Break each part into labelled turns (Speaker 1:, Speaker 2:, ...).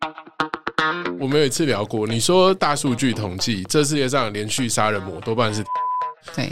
Speaker 1: 我们有一次聊过，你说大数据统计，这世界上连续杀人魔多半是
Speaker 2: 对。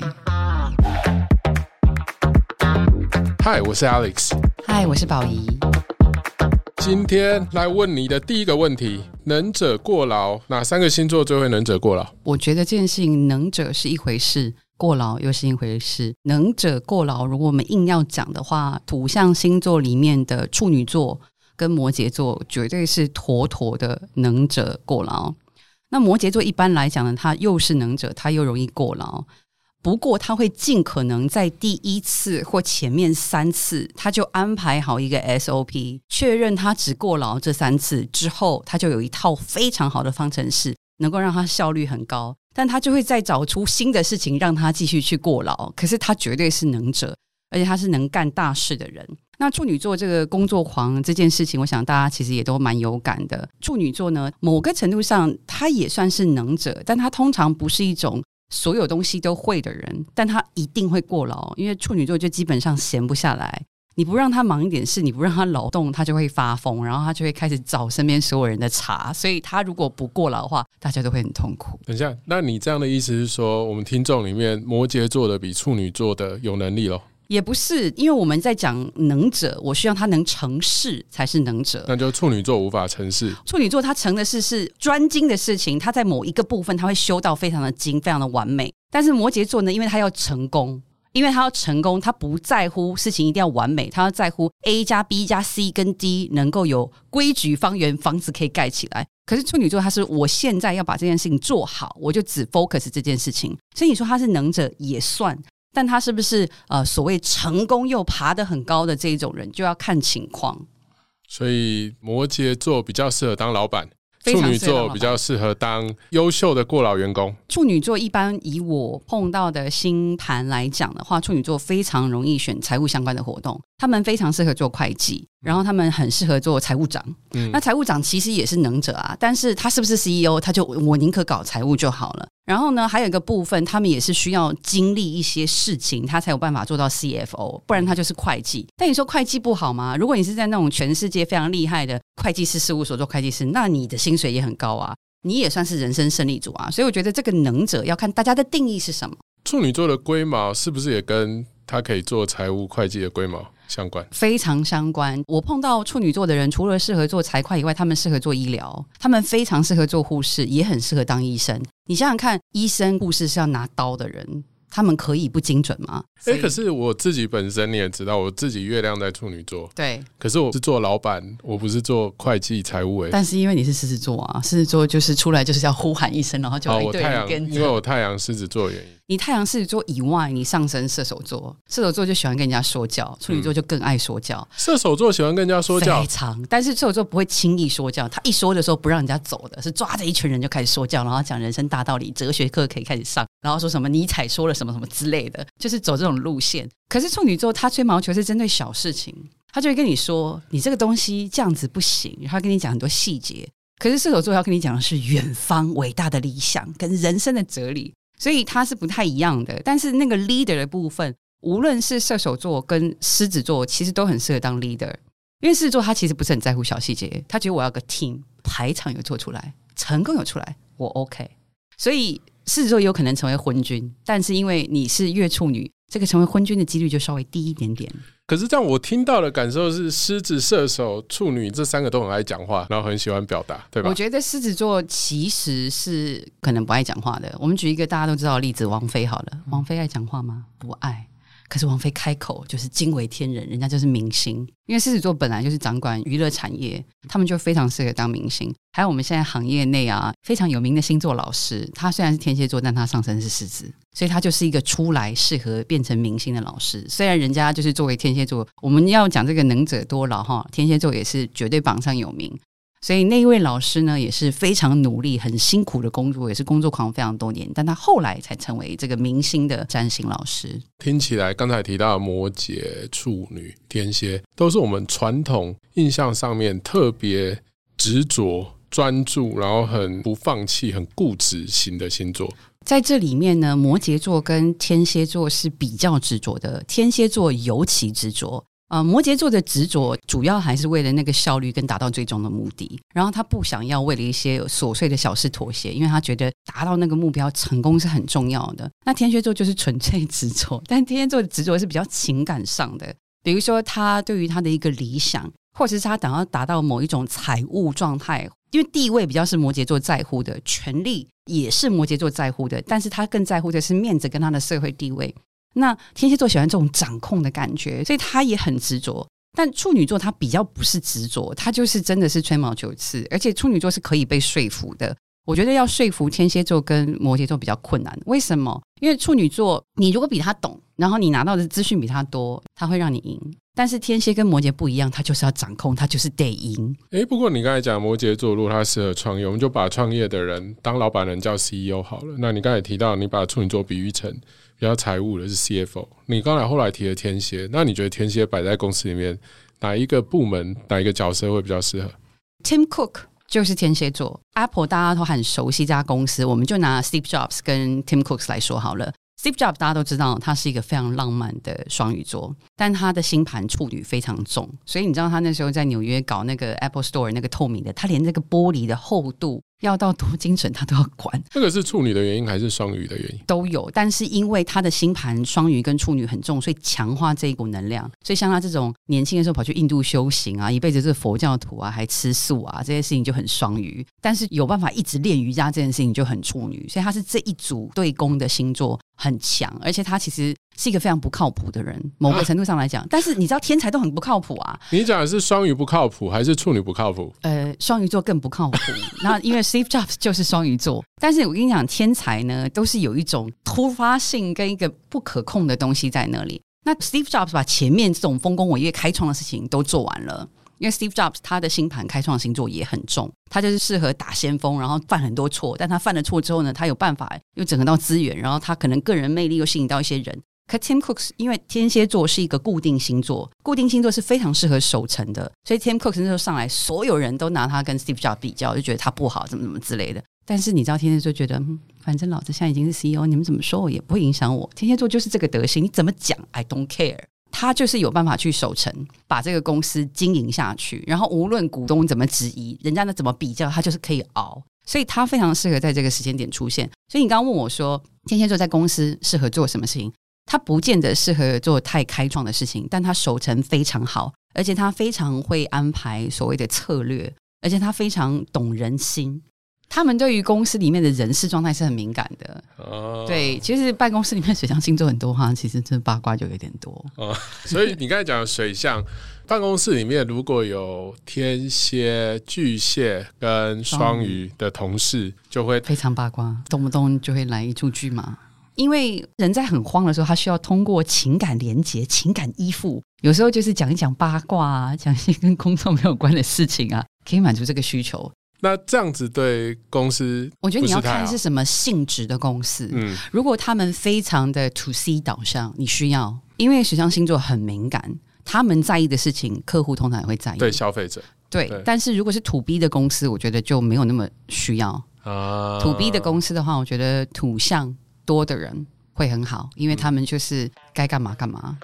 Speaker 1: 嗨，我是 Alex。
Speaker 2: 嗨，我是宝仪。
Speaker 1: 今天来问你的第一个问题：能者过劳，哪3个星座最会能者过劳？
Speaker 2: 我觉得这件事情，能者是一回事，过劳又是一回事。能者过劳，如果我们硬要讲的话，土象星座里面的处女座跟摩羯座绝对是妥妥的能者过劳。那摩羯座一般来讲呢，他又是能者，他又容易过劳。不过他会尽可能在第1次或前面3次，他就安排好一个 SOP， 确认他只过劳这3次之后，他就有一套非常好的方程式，能够让他效率很高。但他就会再找出新的事情让他继续去过劳。可是他绝对是能者，而且他是能干大事的人。那处女座这个工作狂这件事情，我想大家其实也都蛮有感的。处女座呢，某个程度上他也算是能者，但他通常不是一种所有东西都会的人，但他一定会过劳，因为处女座就基本上闲不下来。你不让他忙一点事，你不让他劳动，他就会发疯，然后他就会开始找身边所有人的茬。所以他如果不过劳的话，大家都会很痛苦。
Speaker 1: 等一下，那你这样的意思是说，我们听众里面摩羯座的比处女座的有能力咯？
Speaker 2: 也不是，因为我们在讲能者，我希望他能成事才是能者。
Speaker 1: 那就处女座无法成事。
Speaker 2: 处女座他成的事是专精的事情，他在某一个部分他会修到非常的精，非常的完美。但是摩羯座呢，因为他要成功，他不在乎事情一定要完美，他要在乎 A 加 B 加 C 跟 D 能够有规矩方圆，房子可以盖起来。可是处女座他是我现在要把这件事情做好，我就只 focus 这件事情。所以你说他是能者也算，但他是不是所谓成功又爬得很高的这一种人，就要看情况。
Speaker 1: 所以摩羯座比较适合当老板，处女座比较适合当优秀的过劳员工。
Speaker 2: 处女座一般以我碰到的星盘来讲的话，处女座非常容易选财务相关的活动，他们非常适合做会计，然后他们很适合做财务长。那财务长其实也是能者啊，但是他是不是 CEO， 他就我宁可搞财务就好了。然后呢，还有一个部分，他们也是需要经历一些事情，他才有办法做到 CFO， 不然他就是会计。但你说会计不好吗？如果你是在那种全世界非常厉害的会计师事务所做会计师，那你的薪水也很高啊，你也算是人生胜利组啊。所以我觉得这个能者要看大家的定义是什么。
Speaker 1: 处女座的龟毛是不是也跟他可以做财务会计的龟毛相关？
Speaker 2: 非常相关。我碰到处女座的人，除了适合做财会以外，他们适合做医疗，他们非常适合做护士，也很适合当医生。你想想看，医生护士是要拿刀的人，他们可以不精准吗？
Speaker 1: 可是我自己本身你也知道，我自己月亮在处女座，
Speaker 2: 对，
Speaker 1: 可是我是做老板，我不是做会计财务。
Speaker 2: 但是因为你是狮子座啊，狮子座就是出来就是要呼喊一声，然后就一堆人跟着。
Speaker 1: 因为我太阳狮子座的原因。
Speaker 2: 你太阳狮子座以外，你上升射手座，射手座就喜欢跟人家说教，处女座就更爱说教。
Speaker 1: 射手座喜欢跟人家说教，
Speaker 2: 非常，但是射手座不会轻易说教，他一说的时候不让人家走的，是抓着一群人就开始说教，然后讲人生大道理，哲学课可以开始上，然后说什么尼采说了什么什么之类的，就是走这种路线。可是处女座他吹毛球是针对小事情，他就会跟你说你这个东西这样子不行，然后跟你讲很多细节。可是射手座要跟你讲的是远方伟大的理想跟人生的哲理，所以他是不太一样的。但是那个 leader 的部分，无论是射手座跟狮子座其实都很适合当 leader， 因为狮子座他其实不是很在乎小细节，他觉得我要个 team 排场有做出来，成功有出来，我 OK。 所以狮子座有可能成为昏君，但是因为你是月处女，这个成为昏君的几率就稍微低一点点。
Speaker 1: 可是这样我听到的感受是，狮子、射手、处女这3个都很爱讲话，然后很喜欢表达，对吧？
Speaker 2: 我觉得狮子座其实是可能不爱讲话的。我们举一个大家都知道的例子，王菲好了。王菲爱讲话吗？不爱。可是王菲开口就是惊为天人，人家就是明星。因为狮子座本来就是掌管娱乐产业，他们就非常适合当明星。还有我们现在行业内啊非常有名的星座老师，他虽然是天蝎座，但他上升是狮子，所以他就是一个出来适合变成明星的老师。虽然人家就是作为天蝎座，我们要讲这个能者多劳哈，天蝎座也是绝对榜上有名。所以那一位老师呢，也是非常努力很辛苦的工作，也是工作狂非常多年，但他后来才成为这个明星的占星老师。
Speaker 1: 听起来刚才提到的摩羯、处女、天蝎都是我们传统印象上面特别执着专注，然后很不放弃很固执型的星座。
Speaker 2: 在这里面呢，摩羯座跟天蝎座是比较执着的，天蝎座尤其执着。 摩羯座的执着主要还是为了那个效率跟达到最终的目的，然后他不想要为了一些琐碎的小事妥协，因为他觉得达到那个目标成功是很重要的。那天蝎座就是纯粹执着，但天蝎座的执着是比较情感上的，比如说他对于他的一个理想，或者是他想要达到某一种财务状态，因为地位比较是摩羯座在乎的，权力也是摩羯座在乎的，但是他更在乎的是面子跟他的社会地位。那天蝎座喜欢这种掌控的感觉，所以他也很执着。但处女座他比较不是执着，他就是真的是吹毛求疵，而且处女座是可以被说服的。我觉得要说服天蝎座跟摩羯座比较困难，为什么？因为处女座你如果比他懂，然后你拿到的资讯比他多，他会让你赢。但是天蝎跟摩羯不一样，他就是要掌控，他就是得赢。
Speaker 1: 不过你刚才讲摩羯座如果他适合创业，我们就把创业的人当老板人叫 CEO 好了。那你刚才提到你把处女座比喻成比较财务的是 CFO， 你刚才后来提了天蝎，那你觉得天蝎摆在公司里面哪一个部门哪一个角色会比较适合？
Speaker 2: Tim Cook 就是天蝎座， Apple 大家都很熟悉这家公司，我们就拿 Steve Jobs 跟 Tim Cook 来说好了。Steve Jobs 大家都知道他是一个非常浪漫的双鱼座，但他的星盘处女非常重，所以你知道他那时候在纽约搞那个 Apple Store 那个透明的，他连这个玻璃的厚度要到多精准他都要管。
Speaker 1: 那个是处女的原因还是双鱼的原因？
Speaker 2: 都有，但是因为他的星盘双鱼跟处女很重，所以强化这一股能量。所以像他这种年轻的时候跑去印度修行啊，一辈子是佛教徒啊，还吃素啊，这些事情就很双鱼。但是有办法一直练瑜伽这件事情就很处女，所以他是这一组对宫的星座很强，而且他其实是一个非常不靠谱的人，某个程度上来讲。但是你知道天才都很不靠谱啊。
Speaker 1: 你讲的是双鱼不靠谱还是处女不靠谱？
Speaker 2: 双鱼座更不靠谱。那因为 Steve Jobs 就是双鱼座，但是我跟你讲，天才呢都是有一种突发性跟一个不可控的东西在那里。那 Steve Jobs 把前面这种丰功伟业开创的事情都做完了。因为 Steve Jobs 他的星盘开创星座也很重，他就是适合打先锋，然后犯很多错，但他犯了错之后呢，他有办法又整合到资源，然后他可能个人魅力又吸引到一些人。可 Tim Cook 因为天蝎座是一个固定星座，固定星座是非常适合守成的，所以 Tim Cook 那时候上来，所有人都拿他跟 Steve Jobs 比较，就觉得他不好，怎么之类的。但是你知道天蝎座觉得，反正老子现在已经是 CEO， 你们怎么说我也不会影响我。天蝎座就是这个德行，你怎么讲 I don't care。他就是有办法去守成，把这个公司经营下去，然后无论股东怎么质疑，人家怎么比较，他就是可以熬，所以他非常适合在这个时间点出现。所以你刚刚问我说天蝎座在公司适合做什么事情，他不见得适合做太开创的事情，但他守成非常好，而且他非常会安排所谓的策略，而且他非常懂人心。他们对于公司里面的人事状态是很敏感的。对，其实办公室里面水象星座很多哈，其实这八卦就有点多。
Speaker 1: 所以你刚才讲的水象，办公室里面如果有天蝎、巨蟹跟双鱼的同事，就会
Speaker 2: 非常八卦，动不动就会来一出剧嘛。因为人在很慌的时候，他需要通过情感连结、情感依附，有时候就是讲一讲八卦啊，讲一些跟工作没有关的事情啊，可以满足这个需求。
Speaker 1: 那这样子对公司，
Speaker 2: 我觉得你要看是什么性质的公司。如果他们非常的 to C 导向，你需要，因为水象星座很敏感，他们在意的事情，客户通常也会在意。
Speaker 1: 对消费者，
Speaker 2: 对。但是如果是 to B 的公司，我觉得就没有那么需要。to B 的公司的话，我觉得土象多的人会很好，因为他们就是该干嘛干嘛。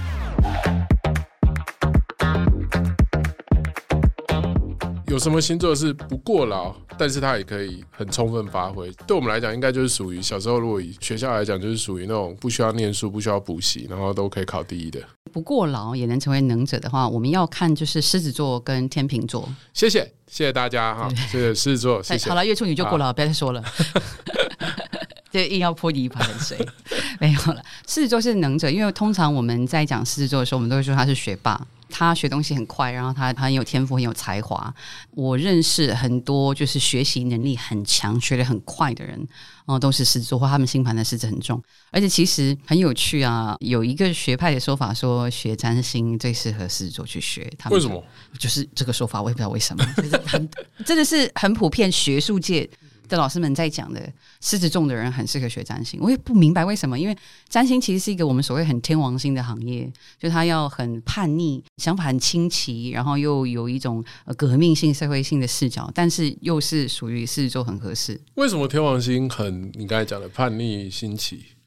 Speaker 1: 有什么星座是不过劳，但是他也可以很充分发挥？对我们来讲，应该就是属于小时候，如果以学校来讲，就是属于那种不需要念书、不需要补习，然后都可以考第一的。
Speaker 2: 不过劳也能成为能者的话，我们要看就是狮子座跟天秤座。谢
Speaker 1: 谢大家哈，谢谢狮子座，谢谢。
Speaker 2: 好了，月处女就过了，不要再说了。就硬要泼你一盆冷水，没有了。狮子座是能者，因为通常我们在讲狮子座的时候，我们都会说他是学霸。他学东西很快，然后他很有天赋，很有才华。我认识很多就是学习能力很强、学得很快的人，都是狮子座，或他们星盘的狮子很重。而且其实很有趣啊，有一个学派的说法说，学占星最适合狮子座去学。
Speaker 1: 为什么？
Speaker 2: 就是这个说法，我也不知道为什么，就是真的是很普遍，学术界的老师们在讲的，狮子重的人很适合学占星。我也不明白为什么，因为占星其实是一个我们所谓很天王星的行业，就他要很叛逆，想法很清奇，然后又有一种革命性、社会性的视角，但是又是属于狮子座很合适。
Speaker 1: 为什么天王星很你刚才讲的叛逆新奇？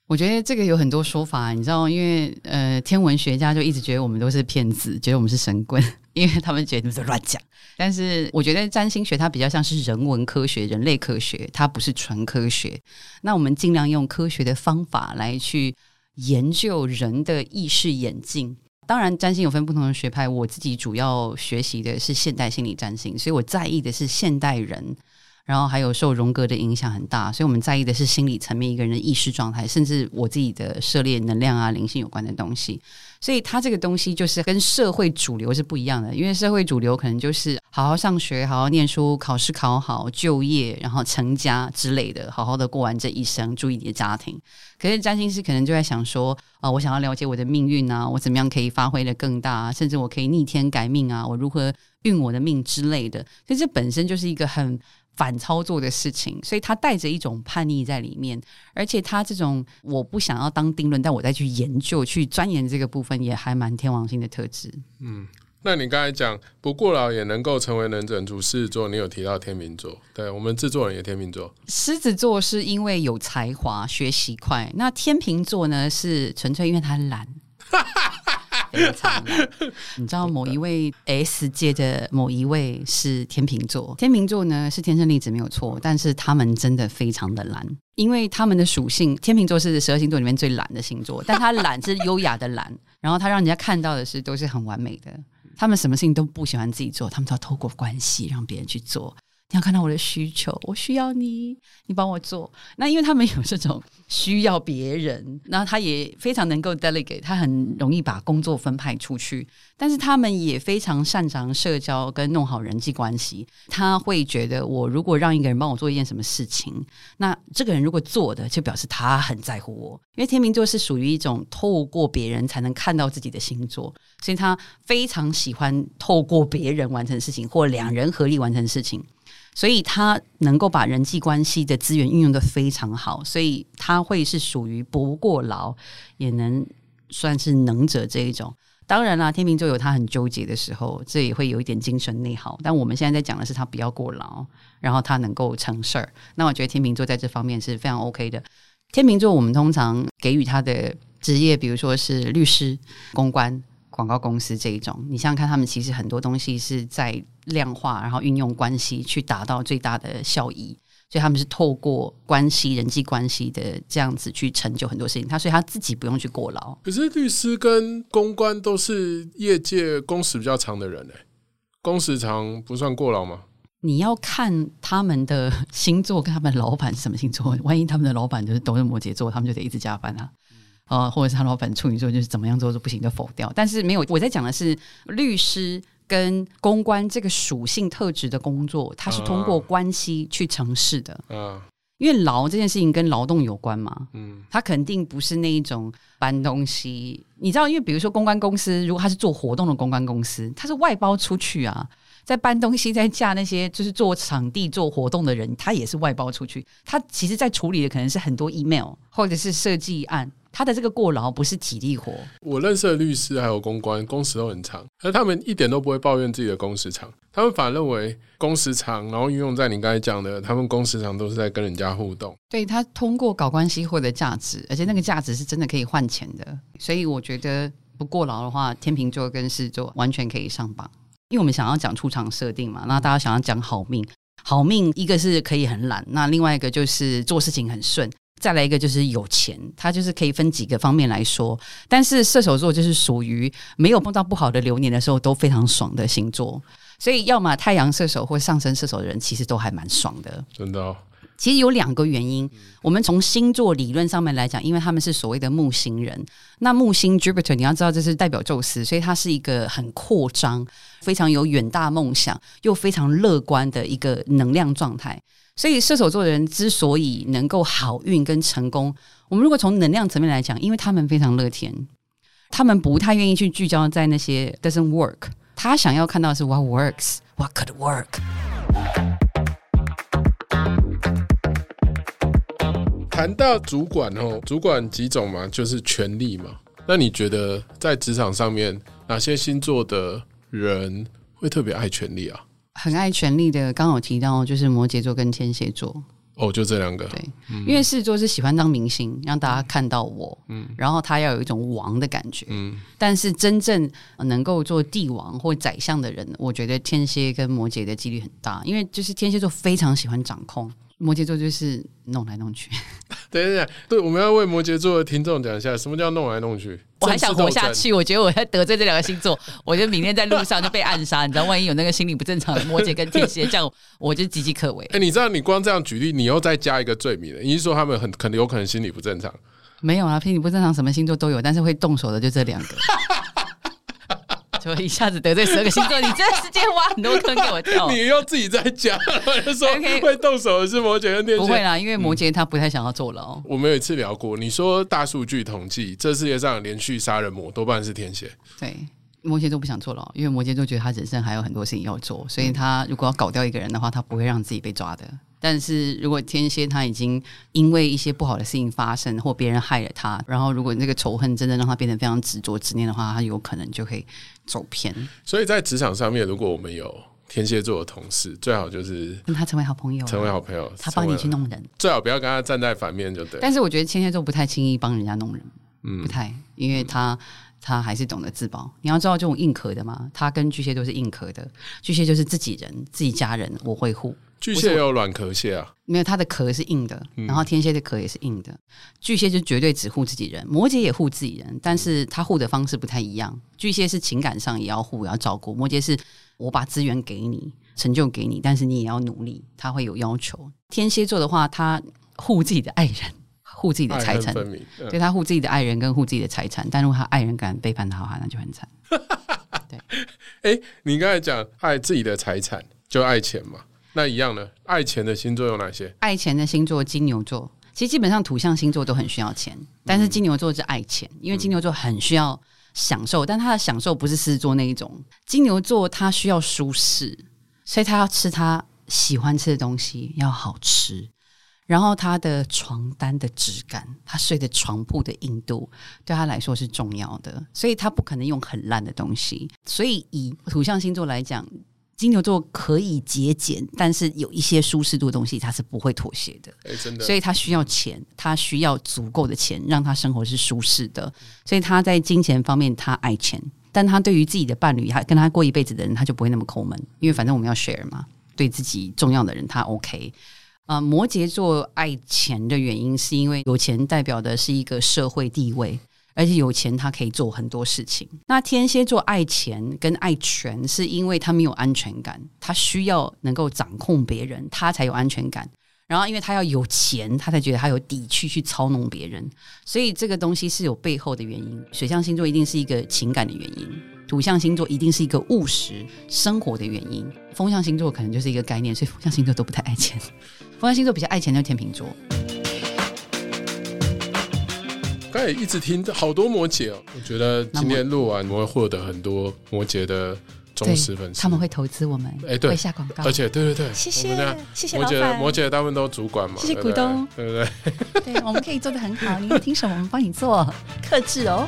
Speaker 2: 我觉得这个有很多说法，你知道，因为天文学家就一直觉得我们都是骗子，觉得我们是神棍，因为他们觉得你们在乱讲。但是我觉得占星学它比较像是人文科学、人类科学，它不是纯科学。那我们尽量用科学的方法来去研究人的意识演进。当然占星有分不同的学派，我自己主要学习的是现代心理占星，所以我在意的是现代人，然后还有受荣格的影响很大，所以我们在意的是心理层面一个人的意识状态，甚至我自己的涉猎能量啊灵性有关的东西。所以它这个东西就是跟社会主流是不一样的，因为社会主流可能就是好好上学，好好念书，考试考好，就业，然后成家之类的，好好的过完这一生，注意你的家庭。可是占星师可能就在想说我想要了解我的命运啊，我怎么样可以发挥的更大啊，甚至我可以逆天改命啊，我如何运我的命之类的。所以这本身就是一个很反操作的事情，所以他带着一种叛逆在里面，而且他这种我不想要当定论，但我再去研究去钻研这个部分也还蛮天王星的特质。
Speaker 1: 那你刚才讲不过劳也能够成为能者主狮子座，你有提到天秤座，对，我们制作人也天秤座。
Speaker 2: 狮子座是因为有才华学习快，那天秤座呢是纯粹因为他懒非常懒。你知道某一位 S 界的某一位是天秤座，天秤座呢是天生丽质没有错，但是他们真的非常的懒，因为他们的属性，天秤座是12星座里面最懒的星座，但他懒是优雅的懒，然后他让人家看到的是都是很完美的。他们什么事情都不喜欢自己做，他们都要透过关系让别人去做。你要看到我的需求，我需要你，你帮我做。那因为他们有这种需要别人，然后他也非常能够 delegate， 他很容易把工作分派出去，但是他们也非常擅长社交跟弄好人际关系。他会觉得我如果让一个人帮我做一件什么事情，那这个人如果做的就表示他很在乎我。因为天秤座是属于一种透过别人才能看到自己的星座，所以他非常喜欢透过别人完成事情，或两人合力完成事情，所以他能够把人际关系的资源运用得非常好，所以他会是属于不过劳也能算是能者这一种。当然啦，天秤座有他很纠结的时候，这也会有一点精神内耗，但我们现在在讲的是他不要过劳，然后他能够成事儿。那我觉得天秤座在这方面是非常 OK 的。天秤座我们通常给予他的职业，比如说是律师、公关、广告公司这一种，你想想看，他们其实很多东西是在量化，然后运用关系去达到最大的效益，所以他们是透过关系、人际关系的这样子去成就很多事情，所以他自己不用去过劳。
Speaker 1: 可是律师跟公关都是业界工时比较长的人，工时长不算过劳吗？
Speaker 2: 你要看他们的星座跟他们的老板是什么星座，万一他们的老板就是都是摩羯座，他们就得一直加班啊。或者是他老板处女座，就是怎么样做都不行就否掉。但是没有，我在讲的是律师跟公关这个属性特质的工作，它是通过关系去成事的。因为劳这件事情跟劳动有关嘛，它肯定不是那一种搬东西。你知道，因为比如说公关公司，如果他是做活动的公关公司，他是外包出去啊，在搬东西，在架那些就是做场地做活动的人，他也是外包出去。他其实在处理的可能是很多 email 或者是设计案，他的这个过劳不是体力活。我
Speaker 1: 认识的律师还有公关工时都很长，而他们一点都不会抱怨自己的工时长，他们反而认为工时长，然后运用在你刚才讲的，他们工时长都是在跟人家互动。
Speaker 2: 对，他通过搞关系获得价值，而且那个价值是真的可以换钱的。所以我觉得不过劳的话，天秤座跟狮子座完全可以上榜。因为我们想要讲出场设定嘛，那大家想要讲好命，好命一个是可以很懒，那另外一个就是做事情很顺，再来一个就是有钱，它就是可以分几个方面来说。但是射手座就是属于没有碰到不好的流年的时候都非常爽的星座，所以要么太阳射手或上升射手的人其实都还蛮爽的，
Speaker 1: 真的哦。
Speaker 2: 其实有2个原因，我们从星座理论上面来讲，因为他们是所谓的木星人，那木星 Jupiter 你要知道这是代表宙斯，所以他是一个很扩张非常有远大梦想又非常乐观的一个能量状态。所以射手座的人之所以能够好运跟成功，我们如果从能量层面来讲，因为他们非常乐天，他们不太愿意去聚焦在那些 doesn't work， 他想要看到的是 what works what could work。
Speaker 1: 谈到主管主管几种嘛，就是权力嘛。那你觉得在职场上面，哪些星座的人会特别爱权力啊？
Speaker 2: 很爱权力的，刚好提到就是摩羯座跟天蝎座。
Speaker 1: 哦，就这两个。
Speaker 2: 对，因为狮子座是喜欢当明星，让大家看到我，然后他要有一种王的感觉。但是真正能够做帝王或宰相的人，我觉得天蝎跟摩羯的几率很大，因为就是天蝎座非常喜欢掌控，摩羯座就是弄来弄去。
Speaker 1: 等一下，对，我们要为摩羯座的听众讲一下，什么叫弄来弄去？
Speaker 2: 我还想活下去，我觉得我在得罪这两个星座，我就明天在路上就被暗杀，你知道，万一有那个心理不正常的摩羯跟天蝎，这样我就岌岌可危。
Speaker 1: 你知道，你光这样举例，你又再加一个罪名了，你是说他们有可能心理不正常？
Speaker 2: 没有啊，心理不正常什么星座都有，但是会动手的就这两个。就一下子得罪12个星座，你这时间挖很多坑给我跳。
Speaker 1: 你又自己在讲，就说会动手的是摩羯跟天蝎。
Speaker 2: 不会啦，因为摩羯他不太想要坐牢。
Speaker 1: 我们有一次聊过，你说大数据统计，这世界上连续杀人魔多半是天蝎。
Speaker 2: 对，摩羯座不想坐牢，因为摩羯座觉得他人生还有很多事情要做，所以他如果要搞掉一个人的话，他不会让自己被抓的。但是如果天蝎他已经因为一些不好的事情发生，或别人害了他，然后如果那个仇恨真的让他变得非常执着执念的话，他有可能就会走偏。
Speaker 1: 所以在职场上面，如果我们有天蝎座的同事，最好就是
Speaker 2: 跟他成为好朋友，他帮你去弄人，
Speaker 1: 最好不要跟他站在反面就对。
Speaker 2: 但是我觉得天蝎座不太轻易帮人家弄人，不太，因为他还是懂得自保。你要知道这种硬壳的嘛，他跟巨蟹都是硬壳的，巨蟹就是自己人自己家人我会护。
Speaker 1: 巨蟹有软壳蟹啊？
Speaker 2: 没有，他的壳是硬的，然后天蝎的壳也是硬的。巨蟹就绝对只护自己人，摩羯也护自己人，但是他护的方式不太一样。巨蟹是情感上也要护也要照顾，摩羯是我把资源给你成就给你，但是你也要努力，他会有要求。天蝎座的话，他护自己的爱人，护自己的财产，对，他护自己的爱人跟护自己的财产，但如果他爱人敢背叛他的话，那就很惨。
Speaker 1: 对，你刚才讲爱自己的财产就爱钱嘛，那一样的爱钱的星座有哪些？
Speaker 2: 爱钱的星座金牛座，其实基本上土象星座都很需要钱，但是金牛座是爱钱，因为金牛座很需要享受，但他的享受不是狮子座那一种。金牛座他需要舒适，所以他要吃他喜欢吃的东西，要好吃。然后他的床单的质感，他睡的床铺的硬度对他来说是重要的，所以他不可能用很烂的东西。所以以土象星座来讲，金牛座可以节俭，但是有一些舒适度的东西他是不会妥协的。
Speaker 1: 真的，
Speaker 2: 所以他需要钱，他需要足够的钱让他生活是舒适的。所以他在金钱方面他爱钱，但他对于自己的伴侣，他跟他过一辈子的人，他就不会那么抠门，因为反正我们要 share 嘛，对自己重要的人他 OK。摩羯座爱钱的原因是因为有钱代表的是一个社会地位，而且有钱他可以做很多事情。那天蝎座爱钱跟爱权是因为他没有安全感，他需要能够掌控别人，他才有安全感。然后因为他要有钱，他才觉得他有底气去操弄别人，所以这个东西是有背后的原因。水象星座一定是一个情感的原因，土象星座一定是一个务实生活的原因，风象星座可能就是一个概念，所以风象星座都不太爱钱。风象星座比较爱钱的是天秤座。
Speaker 1: 刚才一直听好多摩羯哦，我觉得今天录完我会获得很多摩羯的忠实粉丝，
Speaker 2: 他们会投资我们，
Speaker 1: 对，
Speaker 2: 会下广告，
Speaker 1: 而且对，
Speaker 2: 谢谢谢谢老板，
Speaker 1: 摩羯大部分都主管嘛，
Speaker 2: 谢谢股东，
Speaker 1: 对不对？
Speaker 2: 对，我们可以做得很好，你听什么我们帮你做，客制哦。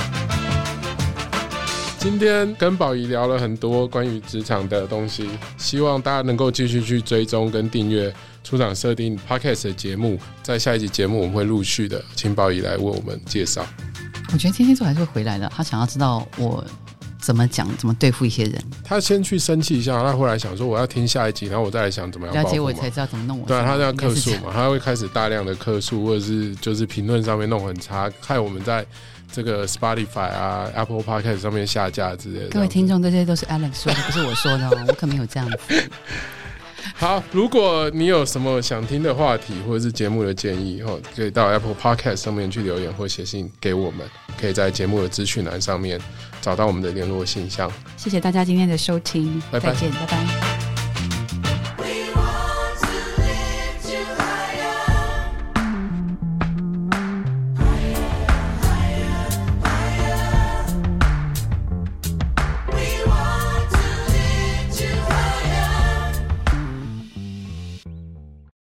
Speaker 1: 今天跟宝仪聊了很多关于职场的东西，希望大家能够继续去追踪跟订阅出场设定 Podcast 的节目，在下一集节目我们会陆续的请宝仪来为我们介绍。
Speaker 2: 我觉得天蝎座还是会回来的，他想要知道我怎么讲，怎么对付一些人。
Speaker 1: 他先去生气一下，他回来想说我要听下一集，然后我再来想怎么样报复嘛。
Speaker 2: 了解我才知道怎么弄我。
Speaker 1: 对啊，他这样客诉嘛，他会开始大量的客诉，或者是就是评论上面弄很差，害我们在这个 Spotify 啊 Apple Podcast 上面下架之类的。
Speaker 2: 各位听众，这些都是 Alex 说的，不是我说的哦，我可没有这样子。
Speaker 1: 好，如果你有什么想听的话题或者是节目的建议，可以到 Apple Podcast 上面去留言或写信给我们，可以在节目的资讯栏上面找到我们的联络信箱。
Speaker 2: 谢谢大家今天的收听，
Speaker 1: 拜拜，
Speaker 2: 再见，拜拜。